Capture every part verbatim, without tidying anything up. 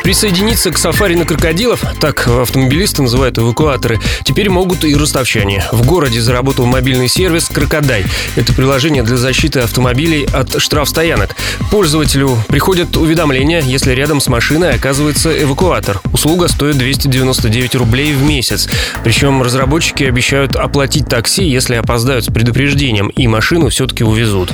Присоединиться к сафари на крокодилов, так автомобилисты называют эвакуаторы, теперь могут и ростовчане. В городе заработал мобильный сервис «Крокодай». Это приложение для защиты автомобилей от штрафстоянок. Пользователю приходят уведомления, если рядом с машиной оказывается эвакуатор. Услуга стоит двести девяносто девять рублей в месяц. Причем разработчики обещают оплатить такси, если опоздают с предупреждением, и машину все-таки увезут.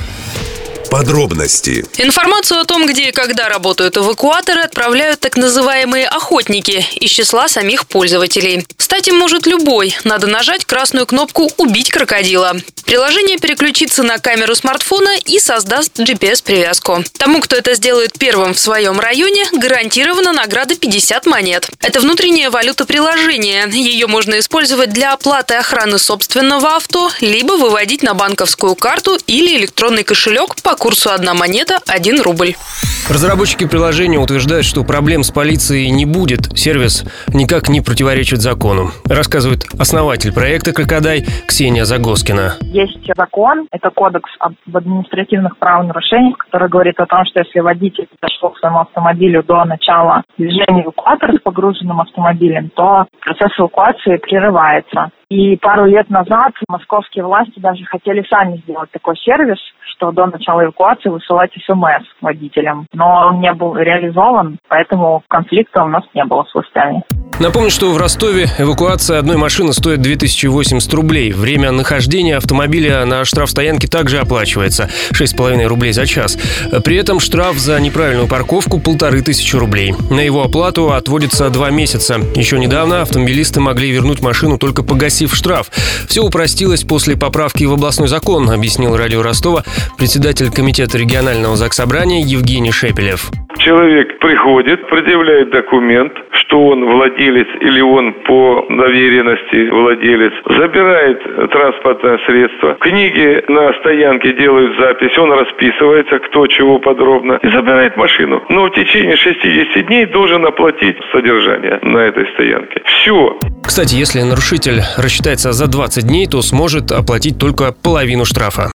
Подробности. Информацию о том, где и когда работают эвакуаторы, отправляют так называемые охотники из числа самих пользователей. Стать им может любой. Надо нажать красную кнопку «Убить крокодила». Приложение переключится на камеру смартфона и создаст джи пи эс-привязку. Тому, кто это сделает первым в своем районе, гарантирована награда пятьдесят монет. Это внутренняя валюта приложения. Ее можно использовать для оплаты охраны собственного авто, либо выводить на банковскую карту или электронный кошелек по курсу одна монета – один рубль. Разработчики приложения утверждают, что проблем с полицией не будет. Сервис никак не противоречит закону, рассказывает основатель проекта «Крокодай» Ксения Загоскина. Есть закон, это кодекс об административных правонарушениях, который говорит о том, что если водитель подошел к своему автомобилю до начала движения эвакуатора с погруженным автомобилем, то процесс эвакуации прерывается. И пару лет назад московские власти даже хотели сами сделать такой сервис, что до начала эвакуации высылать эс эм эс водителям. Но он не был реализован, поэтому конфликта у нас не было с властями. Напомню, что в Ростове эвакуация одной машины стоит две тысячи восемьдесят рублей. Время нахождения автомобиля на штрафстоянке также оплачивается – шесть с половиной рублей за час. При этом штраф за неправильную парковку – полторы тысячи рублей. На его оплату отводится два месяца. Еще недавно автомобилисты могли вернуть машину, только погасив штраф. Все упростилось после поправки в областной закон, объяснил радио Ростова председатель комитета регионального заксобрания Евгений Шепелев. Человек приходит, предъявляет документ, что он владелец или он по доверенности владелец, забирает транспортное средство, в книге на стоянке делают запись, он расписывается, кто чего подробно, и забирает машину. Но в течение шестидесяти дней должен оплатить содержание на этой стоянке. Все. Кстати, если нарушитель рассчитается за двадцать дней, то сможет оплатить только половину штрафа.